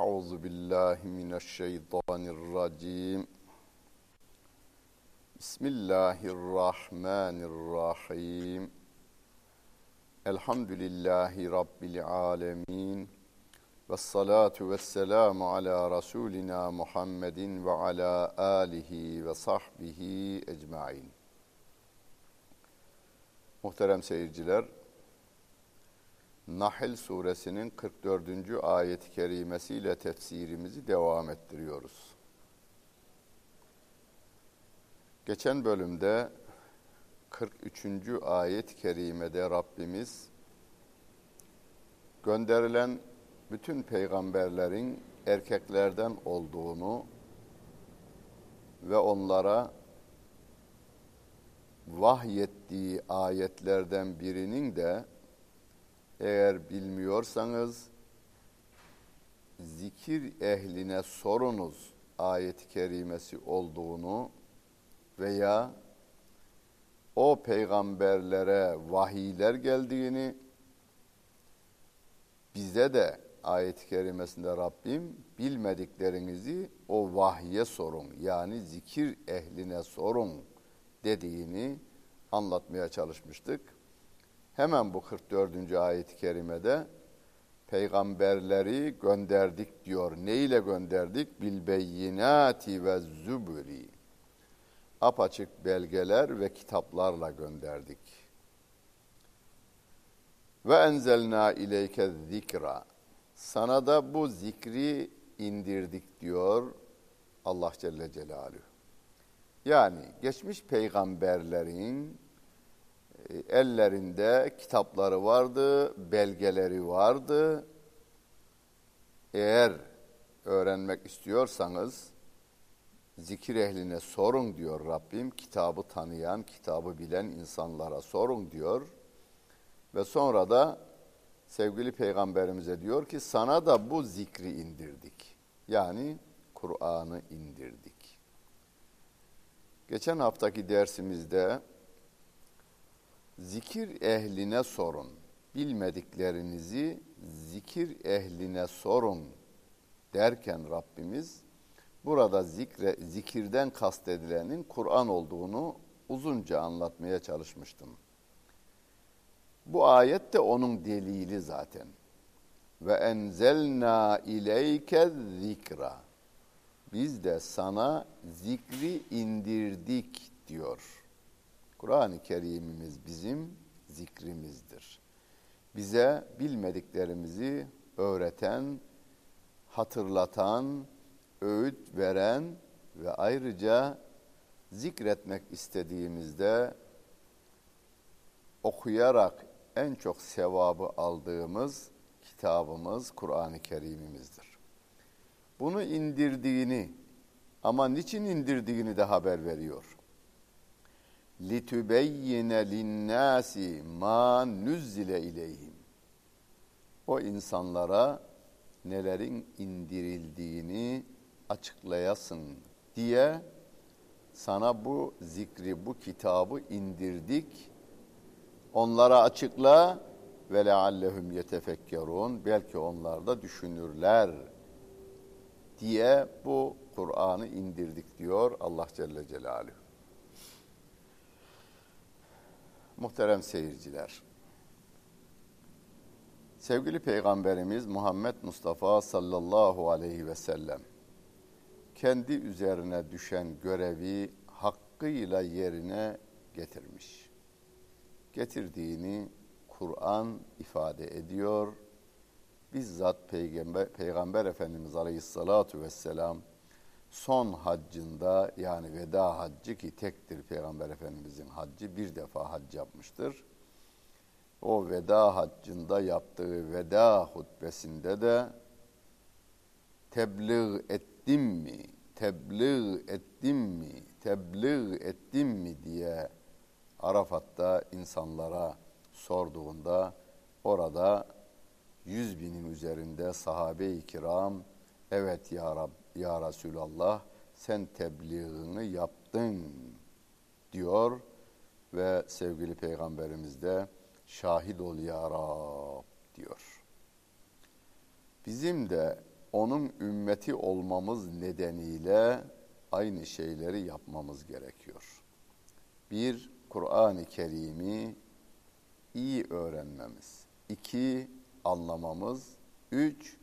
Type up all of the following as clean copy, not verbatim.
Euzu billahi mineşşeytanirracim. Bismillahirrahmanirrahim. Elhamdülillahi Rabbil alemin. Vessalatu vesselamu ala Resulina Muhammedin ve ala alihi ve sahbihi ecmain. Muhterem seyirciler, Nahl suresinin 44. ayet-i kerimesiyle tefsirimizi devam ettiriyoruz. Geçen bölümde 43. ayet-i kerimede Rabbimiz gönderilen bütün peygamberlerin erkeklerden olduğunu ve onlara vahyettiği ayetlerden birinin de eğer bilmiyorsanız zikir ehline sorunuz ayet-i kerimesi olduğunu veya o peygamberlere vahiyler geldiğini, bize de ayet-i kerimesinde Rabbim bilmediklerinizi o vahye sorun, yani zikir ehline sorun dediğini anlatmaya çalışmıştık. Hemen bu 44. ayet-i kerimede peygamberleri gönderdik diyor. Ne ile gönderdik? Bilbeyinati ve züburi. Apaçık belgeler ve kitaplarla gönderdik. Ve enzelna ileyke zikra. Sana da bu zikri indirdik diyor Allah Celle Celaluhu. Yani geçmiş peygamberlerin ellerinde kitapları vardı, belgeleri vardı. Eğer öğrenmek istiyorsanız zikir ehline sorun diyor Rabbim. Kitabı tanıyan, kitabı bilen insanlara sorun diyor. Ve sonra da sevgili peygamberimize diyor ki sana da bu zikri indirdik. Yani Kur'an'ı indirdik. Geçen haftaki dersimizde zikir ehline sorun, bilmediklerinizi zikir ehline sorun derken Rabbimiz burada zikirden kastedilenin Kur'an olduğunu uzunca anlatmaya çalışmıştım. Bu ayet de onun delili zaten. Ve enzelna ileyke zikra. Biz de sana zikri indirdik diyor. Kur'an-ı Kerim'imiz bizim zikrimizdir. Bize bilmediklerimizi öğreten, hatırlatan, öğüt veren ve ayrıca zikretmek istediğimizde okuyarak en çok sevabı aldığımız kitabımız Kur'an-ı Kerim'imizdir. Bunu indirdiğini ama niçin indirdiğini de haber veriyor. لِتُبَيِّنَ لِلنَّاسِ مَا نُزِّلَ اِلَيْهِمْ. O insanlara nelerin indirildiğini açıklayasın diye sana bu zikri, bu kitabı indirdik. Onlara açıkla ve leallehum yetefekkerun. Belki onlar da düşünürler diye bu Kur'an'ı indirdik diyor Allah Celle Celaluhu. Muhterem seyirciler, sevgili Peygamberimiz Muhammed Mustafa sallallahu aleyhi ve sellem kendi üzerine düşen görevi hakkıyla yerine getirmiş. Getirdiğini Kur'an ifade ediyor. Bizzat Peygamber Efendimiz Aleyhissalatu vesselam son haccında, yani veda haccı ki tektir Peygamber Efendimizin haccı, bir defa hac yapmıştır. O veda haccında yaptığı veda hutbesinde de tebliğ ettim mi, tebliğ ettim mi, tebliğ ettim mi diye Arafat'ta insanlara sorduğunda orada 100.000'in üzerinde sahabe-i kiram evet ya Rab, ya Resulallah sen tebliğini yaptın diyor ve sevgili Peygamberimiz de şahit ol ya Rab diyor. Bizim de onun ümmeti olmamız nedeniyle aynı şeyleri yapmamız gerekiyor. Bir, Kur'an-ı Kerim'i iyi öğrenmemiz. 2, anlamamız. 3,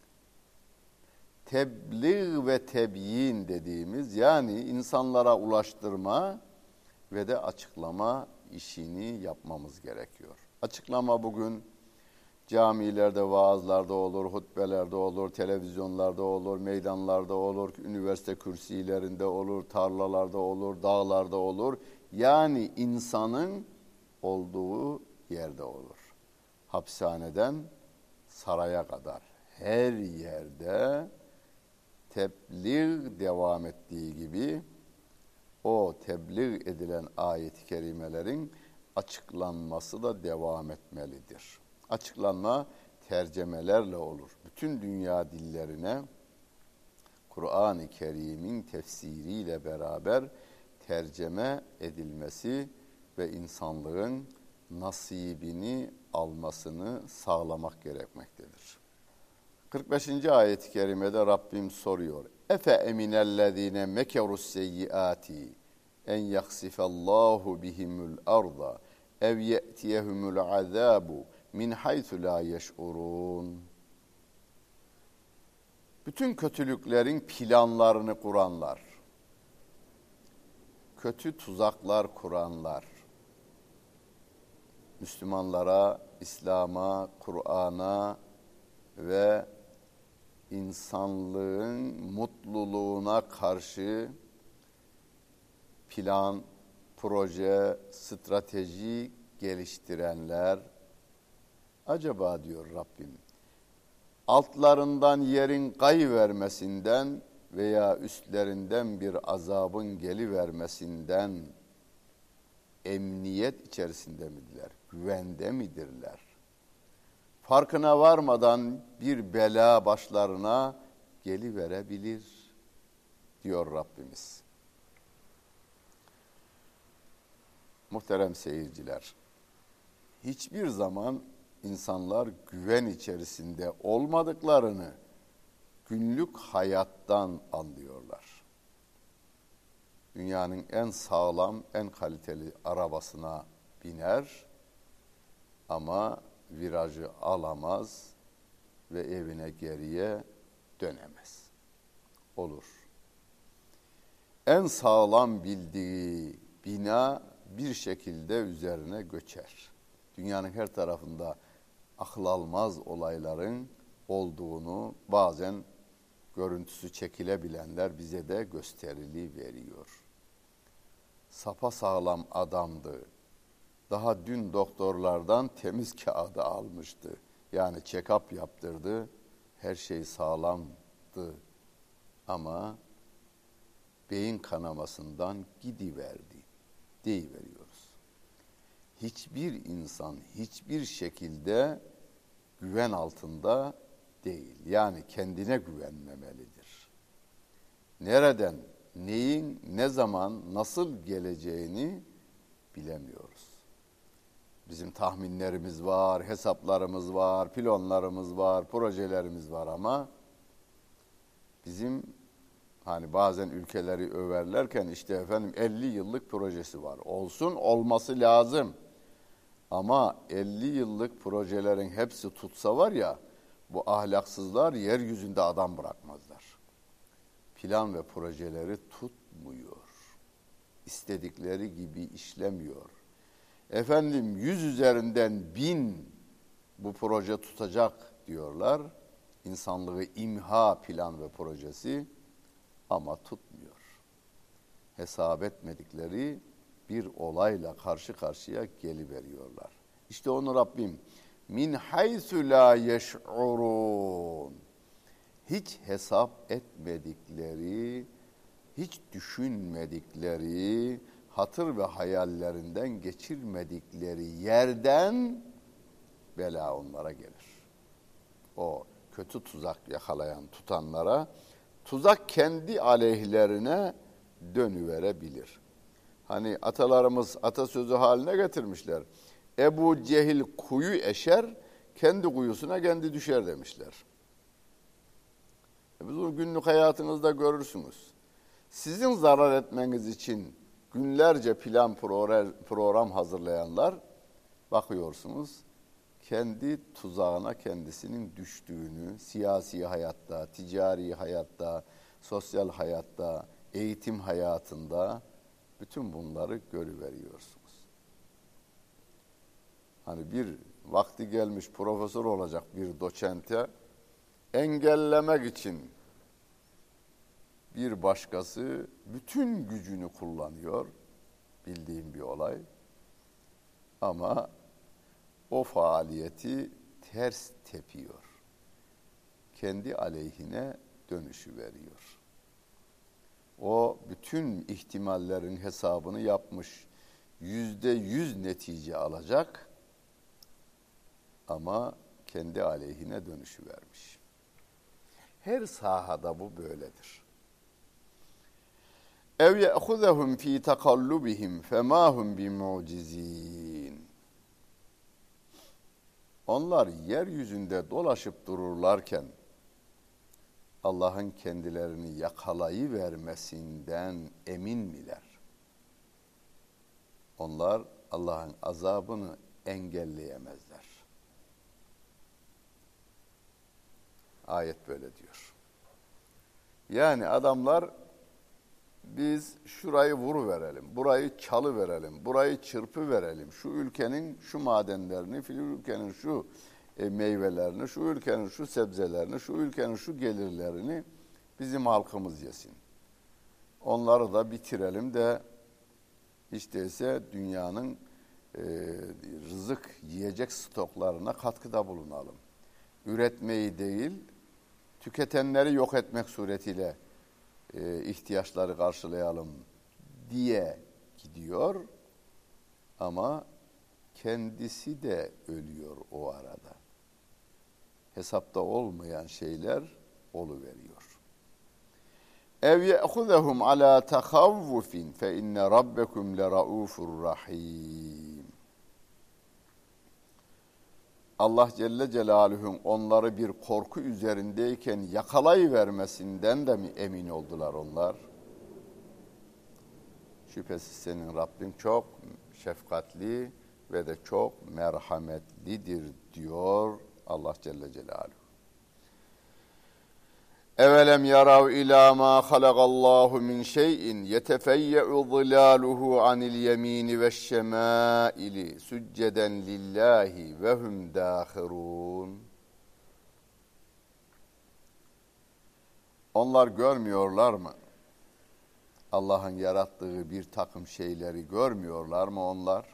tebliğ ve tebyin dediğimiz, yani insanlara ulaştırma ve de açıklama işini yapmamız gerekiyor. Açıklama bugün camilerde, vaazlarda olur, hutbelerde olur, televizyonlarda olur, meydanlarda olur, üniversite kürsülerinde olur, tarlalarda olur, dağlarda olur. Yani insanın olduğu yerde olur. Hapishaneden saraya kadar her yerde tebliğ devam ettiği gibi o tebliğ edilen ayet-i kerimelerin açıklanması da devam etmelidir. Açıklanma tercemelerle olur. Bütün dünya dillerine Kur'an-ı Kerim'in tefsiriyle beraber terceme edilmesi ve insanlığın nasibini almasını sağlamak gerekmektedir. 45. ayet-i kerimede Rabbim soruyor. Efe eminellezine mekerus seyyiati en yaksifallahu bihimul arda ev ye'tiyehumul azabu min haythu la yeş'urun. Bütün kötülüklerin planlarını kuranlar, kötü tuzaklar kuranlar, Müslümanlara, İslam'a, Kur'an'a ve insanlığın mutluluğuna karşı plan, proje, strateji geliştirenler, acaba diyor Rabbim, altlarından yerin kayıvermesinden veya üstlerinden bir azabın gelivermesinden emniyet içerisinde midirler, güvende midirler? Farkına varmadan bir bela başlarına geliverebilir diyor Rabbimiz. Muhterem seyirciler, hiçbir zaman insanlar güven içerisinde olmadıklarını günlük hayattan anlıyorlar. Dünyanın en sağlam, en kaliteli arabasına biner ama virajı alamaz ve evine geriye dönemez. Olur. En sağlam bildiği bina bir şekilde üzerine göçer. Dünyanın her tarafında akıl almaz olayların olduğunu bazen görüntüsü çekilebilenler bize de gösteriliyor. Sapasağlam adamdı. Daha dün doktorlardan temiz kağıdı almıştı. Yani check-up yaptırdı. Her şey sağlamdı. Ama beyin kanamasından gidiverdi deyiveriyoruz. Hiçbir insan hiçbir şekilde güven altında değil. Yani kendine güvenmemelidir. Nereden, neyin, ne zaman, nasıl geleceğini bilemiyoruz. Bizim tahminlerimiz var, hesaplarımız var, planlarımız var, projelerimiz var ama bizim hani bazen ülkeleri överlerken işte efendim 50 yıllık projesi var. Olsun, olması lazım. Ama 50 yıllık projelerin hepsi tutsa var ya, bu ahlaksızlar yeryüzünde adam bırakmazlar. Plan ve projeleri tutmuyor. İstedikleri gibi işlemiyor. Efendim 100 üzerinden 1000 bu proje tutacak diyorlar. İnsanlığı imha plan ve projesi ama tutmuyor. Hesap etmedikleri bir olayla karşı karşıya geliveriyorlar. İşte onu Rabbim min haythu la yeş'urun, hiç hesap etmedikleri, hiç düşünmedikleri, hatır ve hayallerinden geçirmedikleri yerden bela onlara gelir. O kötü tuzak yakalayan tutanlara tuzak kendi aleyhlerine dönüverebilir. Hani atalarımız atasözü haline getirmişler. Ebu Cehil kuyu eşer, kendi kuyusuna kendi düşer demişler. Bunu günlük hayatınızda görürsünüz. Sizin zarar etmeniz için günlerce plan program hazırlayanlar, bakıyorsunuz kendi tuzağına kendisinin düştüğünü, siyasi hayatta, ticari hayatta, sosyal hayatta, eğitim hayatında bütün bunları görüveriyorsunuz. Hani bir vakti gelmiş profesör olacak bir doçente engellemek için bir başkası bütün gücünü kullanıyor, bildiğim bir olay. Ama o faaliyeti ters tepiyor. Kendi aleyhine dönüşü veriyor. O bütün ihtimallerin hesabını yapmış. %100 netice alacak ama kendi aleyhine dönüşü vermiş. Her sahada bu böyledir. Ev ye'khuzehum fi takallubihim fema hum bimucizin. Onlar yeryüzünde dolaşıp dururlarken Allah'ın kendilerini yakalayıvermesinden emin miler? Onlar Allah'ın azabını engelleyemezler. Ayet böyle diyor. Yani adamlar biz şurayı vuruverelim, burayı çalıverelim, burayı çırpıverelim, şu ülkenin şu madenlerini, filan ülkenin şu meyvelerini, şu ülkenin şu sebzelerini, şu ülkenin şu gelirlerini bizim halkımız yesin. Onları da bitirelim de hiç değilse dünyanın rızık yiyecek stoklarına katkıda bulunalım. Üretmeyi değil, tüketenleri yok etmek suretiyle ihtiyaçları karşılayalım diye gidiyor ama kendisi de ölüyor o arada. Hesapta olmayan şeyler oluveriyor. Ev ye'khuzehum ala tahavvufin fe inne rabbekum leraufur rahim. Allah Celle Celaluhu'nun onları bir korku üzerindeyken yakalayıvermesinden de mi emin oldular onlar? Şüphesiz senin Rabbin çok şefkatli ve de çok merhametlidir diyor Allah Celle Celaluhu. Evelem yarav ila ma halakallahu min şey'in yetefeyye'u zilaluhu anil yemini veşşemâili sücceden lillahi ve hum dâhirûn. Onlar görmüyorlar mı? Allah'ın yarattığı bir takım şeyleri görmüyorlar mı onlar?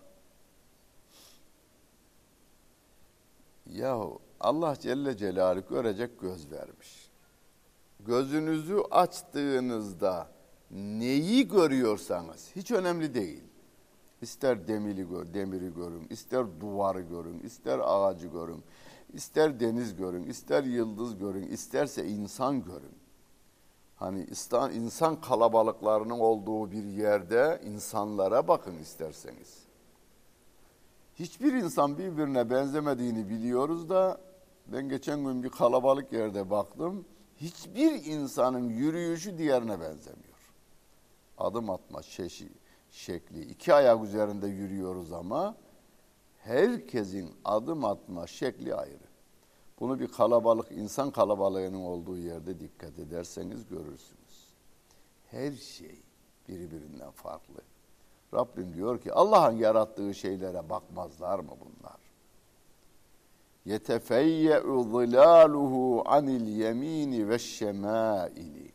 Yahu Allah Celle Celaluhu görecek göz vermiş. Gözünüzü açtığınızda neyi görüyorsanız hiç önemli değil. İster demiri görün, ister duvarı görün, ister ağacı görün, ister deniz görün, ister yıldız görün, isterse insan görün. Hani insan kalabalıklarının olduğu bir yerde insanlara bakın isterseniz. Hiçbir insan birbirine benzemediğini biliyoruz da ben geçen gün bir kalabalık yerde baktım. Hiçbir insanın yürüyüşü diğerine benzemiyor. Adım atma şekli, iki ayak üzerinde yürüyoruz ama herkesin adım atma şekli ayrı. Bunu bir insan kalabalığının olduğu yerde dikkat ederseniz görürsünüz. Her şey birbirinden farklı. Rabbim diyor ki Allah'ın yarattığı şeylere bakmazlar mı bunlar? Yetefeyye'u zilaluhu anil yemini veşşemâili.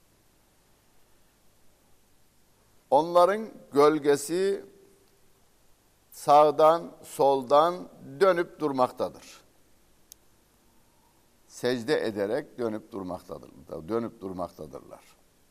Onların gölgesi sağdan soldan dönüp durmaktadır. Secde ederek dönüp durmaktadırlar.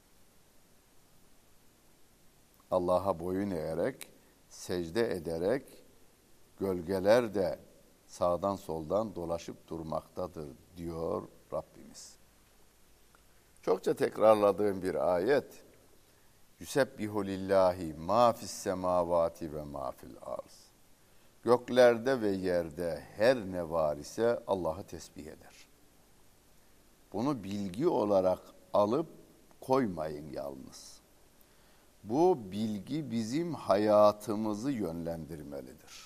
Allah'a boyun eğerek, secde ederek gölgeler de sağdan soldan dolaşıp durmaktadır diyor Rabbimiz. Çokça tekrarladığım bir ayet. Yusebbihu lillahi ma fis semavati ve ma fil arz. Göklerde ve yerde her ne var ise Allah'ı tesbih eder. Bunu bilgi olarak alıp koymayın yalnız. Bu bilgi bizim hayatımızı yönlendirmelidir.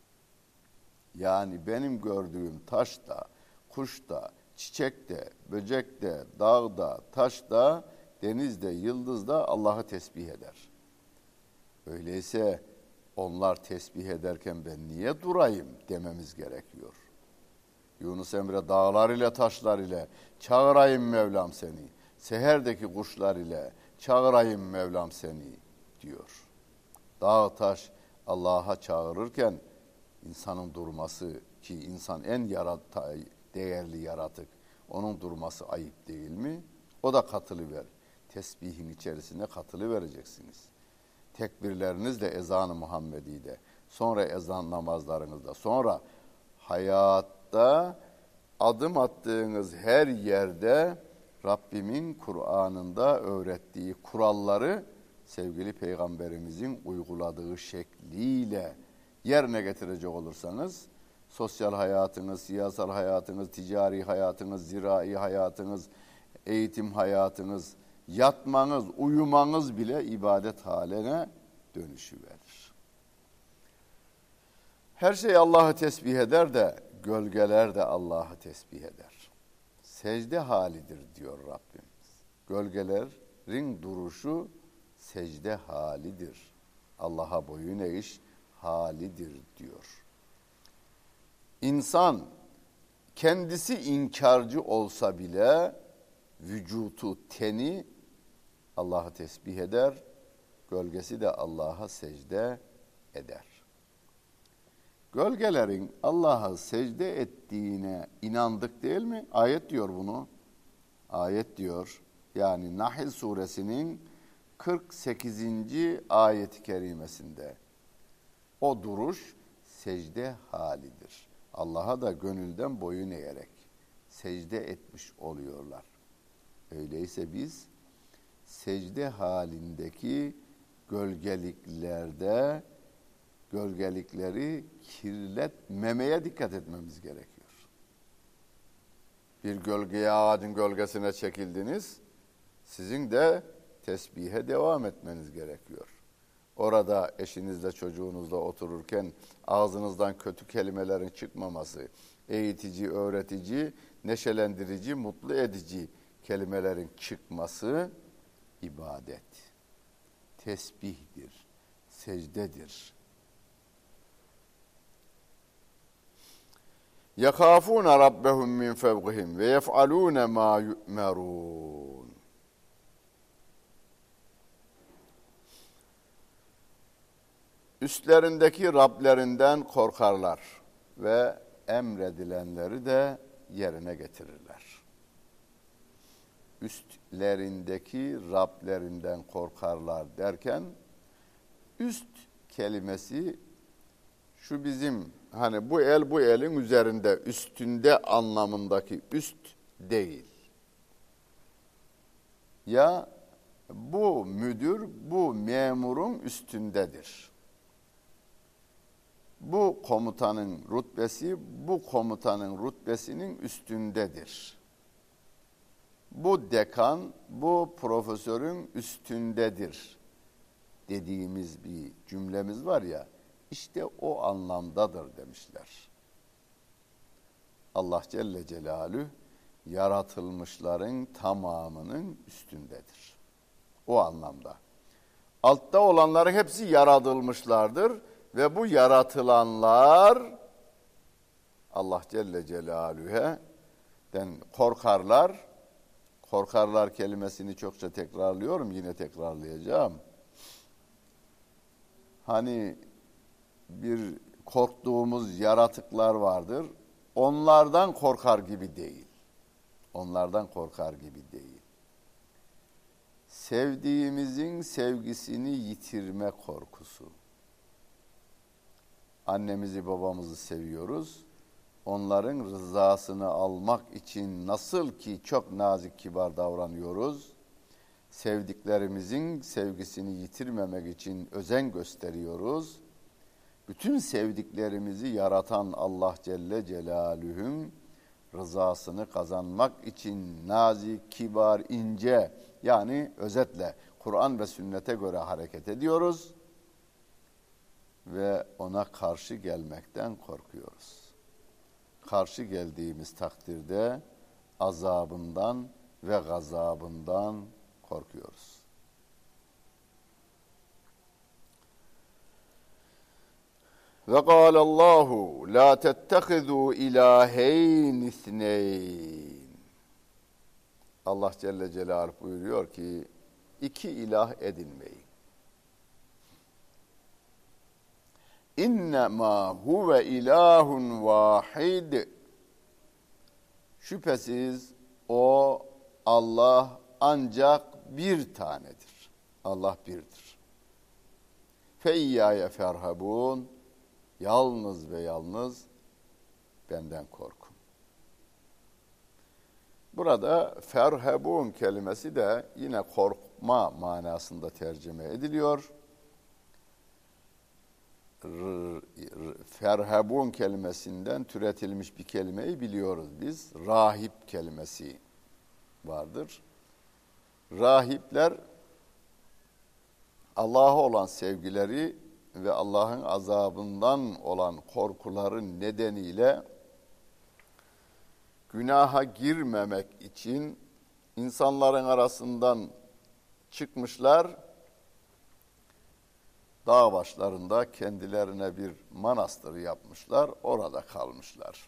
Yani benim gördüğüm taşta, kuşta, çiçekte, böcekte, dağda, taşta, denizde, yıldızda Allah'ı tesbih eder. Öyleyse onlar tesbih ederken ben niye durayım dememiz gerekiyor. Yunus Emre dağlar ile taşlar ile çağırayım Mevlam seni. Seherdeki kuşlar ile çağırayım Mevlam seni diyor. Dağ taş Allah'a çağırırken insanın durması, ki insan en değerli yaratık, onun durması ayıp değil mi? O da katılıver. Tesbihin içerisine katılıvereceksiniz. Tekbirlerinizle ezan-ı Muhammedi'de, sonra ezan namazlarınızda, sonra hayatta adım attığınız her yerde Rabbimin Kur'an'ında öğrettiği kuralları sevgili Peygamberimizin uyguladığı şekliyle yerine getirecek olursanız sosyal hayatınız, siyasal hayatınız, ticari hayatınız, zirai hayatınız, eğitim hayatınız, yatmanız, uyumanız bile ibadet haline dönüşüverir. Her şey Allah'ı tesbih eder de gölgeler de Allah'ı tesbih eder. Secde halidir diyor Rabbimiz. Gölgelerin duruşu secde halidir. Allah'a boyun eğiş halidir diyor. İnsan kendisi inkarcı olsa bile vücutu, teni Allah'ı tesbih eder, gölgesi de Allah'a secde eder. Gölgelerin Allah'a secde ettiğine inandık değil mi? Ayet diyor bunu. Ayet diyor. Yani Nahl suresinin 48. ayet-i kerimesinde. O duruş secde halidir. Allah'a da gönülden boyun eğerek secde etmiş oluyorlar. Öyleyse biz secde halindeki gölgelikleri kirletmemeye dikkat etmemiz gerekiyor. Bir gölgeye, ağacın gölgesine çekildiniz, sizin de tesbihe devam etmeniz gerekiyor. Orada eşinizle, çocuğunuzla otururken ağzınızdan kötü kelimelerin çıkmaması, eğitici, öğretici, neşelendirici, mutlu edici kelimelerin çıkması ibadet, tesbihdir, secdedir. يَخَافُونَ رَبَّهُمْ مِنْ فَوْقِهِمْ وَيَفْعَلُونَ مَا يُؤْمَرُونَ. Üstlerindeki Rablerinden korkarlar ve emredilenleri de yerine getirirler. Üstlerindeki Rablerinden korkarlar derken üst kelimesi şu bizim hani bu el bu elin üzerinde, üstünde anlamındaki üst değil. Ya bu müdür bu memurun üstündedir. Bu komutanın rütbesi bu komutanın rütbesinin üstündedir. Bu dekan bu profesörün üstündedir dediğimiz bir cümlemiz var ya, işte o anlamdadır demişler. Allah Celle Celaluhu yaratılmışların tamamının üstündedir. O anlamda. Altta olanların hepsi yaratılmışlardır ve bu yaratılanlar Allah Celle Celaluhu'den korkarlar. Korkarlar kelimesini çokça tekrarlıyorum, yine tekrarlayacağım. Hani bir korktuğumuz yaratıklar vardır. Onlardan korkar gibi değil. Onlardan korkar gibi değil. Sevdiğimizin sevgisini yitirme korkusu. Annemizi babamızı seviyoruz. Onların rızasını almak için nasıl ki çok nazik kibar davranıyoruz. Sevdiklerimizin sevgisini yitirmemek için özen gösteriyoruz. Bütün sevdiklerimizi yaratan Allah Celle Celaluhu'nun rızasını kazanmak için nazik, kibar, ince, yani özetle Kur'an ve sünnete göre hareket ediyoruz ve ona karşı gelmekten korkuyoruz. Karşı geldiğimiz takdirde azabından ve gazabından korkuyoruz. Ve kâlallahu lâ tettehidû ilâheyn isneyn. Allah Celle Celaluhu buyuruyor ki iki ilah edinmeyin. İnnemâ huve ilâhun vâhid. Şüphesiz o Allah ancak bir tanedir. Allah birdir. Fe iyyâye ferhabûn. Yalnız ve yalnız benden korkun. Burada ferhabun kelimesi de yine korkma manasında tercüme ediliyor. Ferhabun kelimesinden türetilmiş bir kelimeyi biliyoruz biz. Rahip kelimesi vardır. Rahipler Allah'a olan sevgileri ve Allah'ın azabından olan korkuların nedeniyle günaha girmemek için insanların arasından çıkmışlar, dağ başlarında kendilerine bir manastır yapmışlar, orada kalmışlar.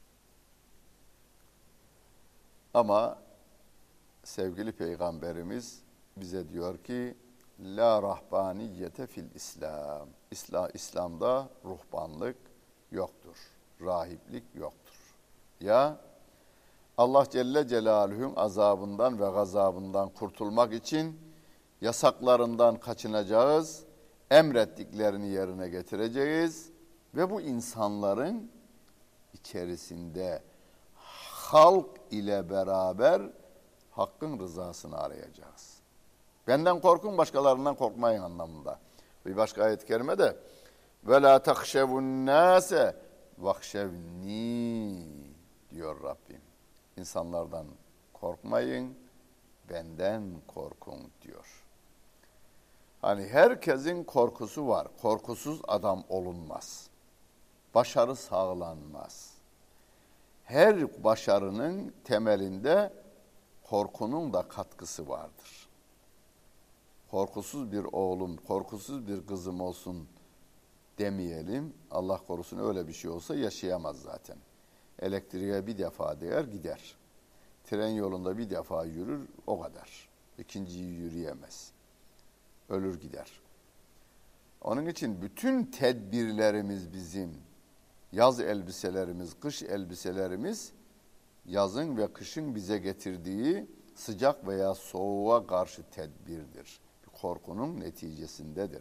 Ama sevgili Peygamberimiz bize diyor ki, la rahbaniyete fil İslam. İslam'da ruhbanlık yoktur, rahiplik yoktur. Ya Allah Celle Celaluhu'nun azabından ve gazabından kurtulmak için yasaklarından kaçınacağız, emrettiklerini yerine getireceğiz ve bu insanların içerisinde halk ile beraber Hakk'ın rızasını arayacağız. Benden korkun, başkalarından korkmayın anlamında. Bir başka ayet-i kerimede ve la tahşevun nase vahşevni diyor Rabbim. İnsanlardan korkmayın, benden korkun diyor. Hani herkesin korkusu var. Korkusuz adam olunmaz. Başarı sağlanmaz. Her başarının temelinde korkunun da katkısı vardır. Korkusuz bir oğlum, korkusuz bir kızım olsun demeyelim. Allah korusun öyle bir şey olsa yaşayamaz zaten. Elektriğe bir defa değer gider. Tren yolunda bir defa yürür o kadar. İkinciyi yürüyemez. Ölür gider. Onun için bütün tedbirlerimiz bizim, yaz elbiselerimiz, kış elbiselerimiz, yazın ve kışın bize getirdiği sıcak veya soğuğa karşı tedbirdir. Korkunun neticesindedir.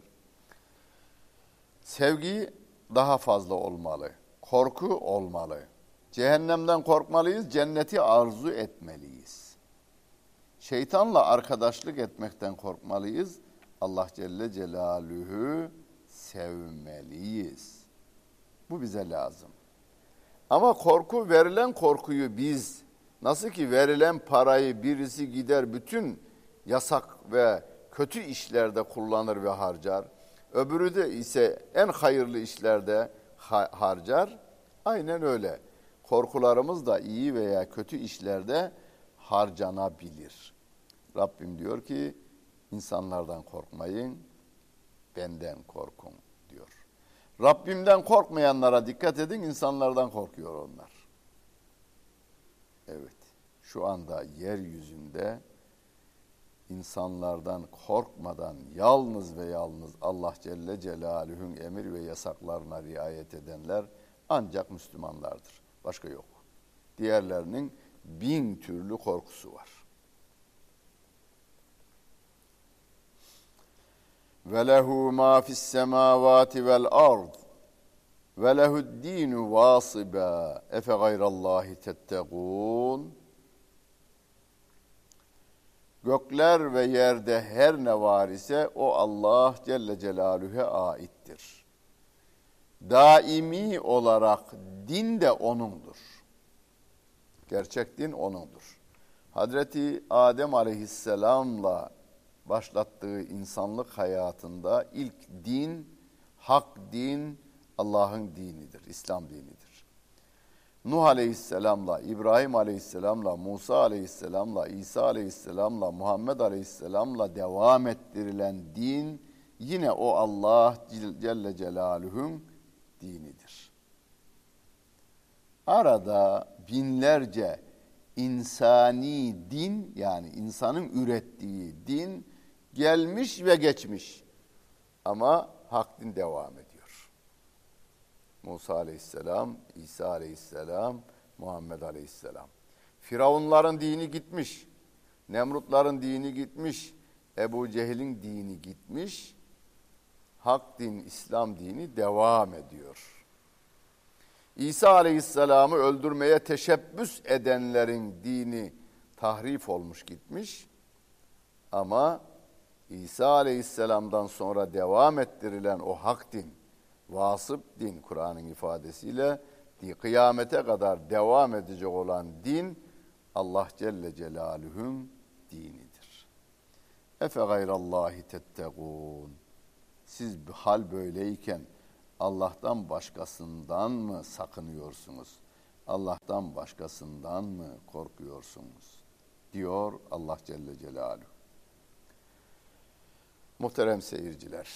Sevgi daha fazla olmalı. Korku olmalı. Cehennemden korkmalıyız, cenneti arzu etmeliyiz. Şeytanla arkadaşlık etmekten korkmalıyız. Allah Celle Celaluhu sevmeliyiz. Bu bize lazım. Ama korku, verilen korkuyu biz, nasıl ki verilen parayı birisi gider bütün yasak ve kötü işlerde kullanır ve harcar, öbürü de ise en hayırlı işlerde harcar, aynen öyle. Korkularımız da iyi veya kötü işlerde harcanabilir. Rabbim diyor ki, insanlardan korkmayın, benden korkun diyor. Rabbimden korkmayanlara dikkat edin, insanlardan korkuyor onlar. Evet, şu anda yeryüzünde insanlardan korkmadan yalnız ve yalnız Allah Celle Celaluhu'nun emir ve yasaklarına riayet edenler ancak Müslümanlardır. Başka yok. Diğerlerinin 1000 türlü korkusu var. Ve lehu ma fis semavati vel ard ve lehu'd-dinu vasiba efe gayrallahi tettegûn. Gökler ve yerde her ne var ise o Allah Celle Celaluhu'ya aittir. Daimi olarak din de O'nundur. Gerçek din O'nundur. Hazreti Adem Aleyhisselam'la başlattığı insanlık hayatında ilk din, hak din, Allah'ın dinidir, İslam dinidir. Nuh Aleyhisselam'la, İbrahim Aleyhisselam'la, Musa Aleyhisselam'la, İsa Aleyhisselam'la, Muhammed Aleyhisselam'la devam ettirilen din yine o Allah Celle Celaluhu'nun dinidir. Arada binlerce insani din, yani insanın ürettiği din gelmiş ve geçmiş. Ama hak din devam ediyor. Musa Aleyhisselam, İsa Aleyhisselam, Muhammed Aleyhisselam. Firavunların dini gitmiş. Nemrutların dini gitmiş. Ebu Cehil'in dini gitmiş. Hak din, İslam dini devam ediyor. İsa Aleyhisselam'ı öldürmeye teşebbüs edenlerin dini tahrif olmuş gitmiş. Ama İsa Aleyhisselam'dan sonra devam ettirilen o hak din, vasıp din, Kur'an'ın ifadesiyle kıyamete kadar devam edecek olan din Allah Celle Celaluhu'nun dinidir. Efe gayrallahi tettegûn. Siz hal böyleyken Allah'tan başkasından mı sakınıyorsunuz? Allah'tan başkasından mı korkuyorsunuz? Diyor Allah Celle Celaluhu. Muhterem seyirciler,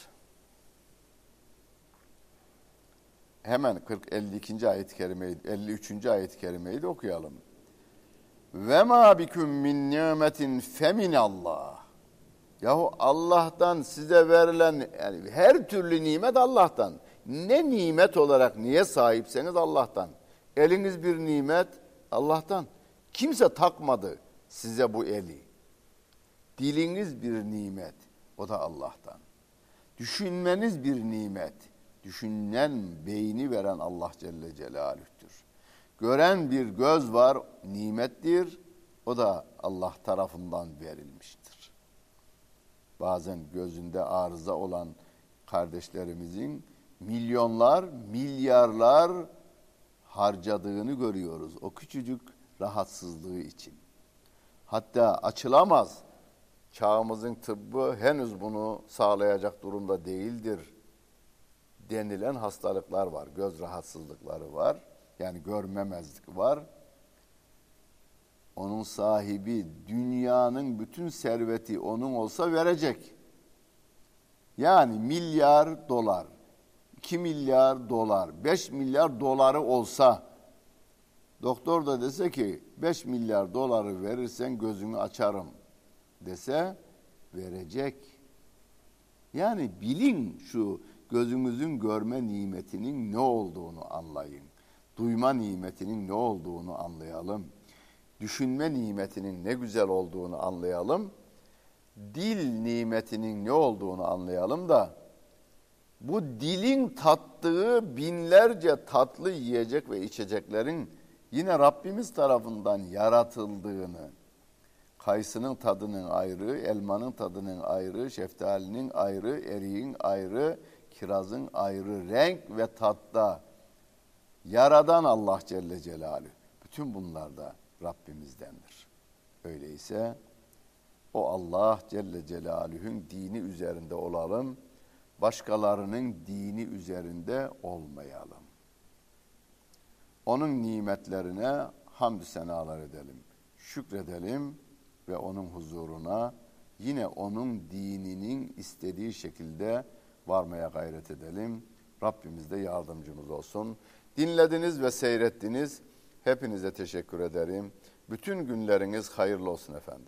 hemen 52. ayet-i kerimeyi, 53. ayet-i kerimeyi de okuyalım. Ve ma bikum min nimetin feminallah. Yahu Allah'tan size verilen, yani her türlü nimet Allah'tan. Ne nimet olarak niye sahipseniz Allah'tan. Eliniz bir nimet Allah'tan. Kimse takmadı size bu eli. Diliniz bir nimet, o da Allah'tan. Düşünmeniz bir nimet, düşünen beyni veren Allah Celle Celaluh'tür. Gören bir göz var, nimettir, o da Allah tarafından verilmiştir. Bazen gözünde arıza olan kardeşlerimizin milyonlar, milyarlar harcadığını görüyoruz o küçücük rahatsızlığı için. Hatta açılamaz. Çağımızın tıbbı henüz bunu sağlayacak durumda değildir denilen hastalıklar var. Göz rahatsızlıkları var. Yani görmemezlik var. Onun sahibi dünyanın bütün serveti onun olsa verecek. Yani milyar dolar, 2 milyar dolar, 5 milyar doları olsa, doktor da dese ki 5 milyar doları verirsen gözünü açarım dese verecek. Yani bilin, şu gözünüzün görme nimetinin ne olduğunu anlayın. Duyma nimetinin ne olduğunu anlayalım. Düşünme nimetinin ne güzel olduğunu anlayalım. Dil nimetinin ne olduğunu anlayalım da bu dilin tattığı binlerce tatlı yiyecek ve içeceklerin yine Rabbimiz tarafından yaratıldığını, kayısının tadının ayrı, elmanın tadının ayrı, şeftalinin ayrı, eriğin ayrı, kirazın ayrı renk ve tatta yaradan Allah Celle Celaluhu. Bütün bunlar da Rabbimizdendir. Öyleyse o Allah Celle Celaluhu'nun dini üzerinde olalım, başkalarının dini üzerinde olmayalım. Onun nimetlerine hamdü senalar edelim, şükredelim ve onun huzuruna yine onun dininin istediği şekilde varmaya gayret edelim. Rabbimiz de yardımcımız olsun. Dinlediniz ve seyrettiniz. Hepinize teşekkür ederim. Bütün günleriniz hayırlı olsun efendim.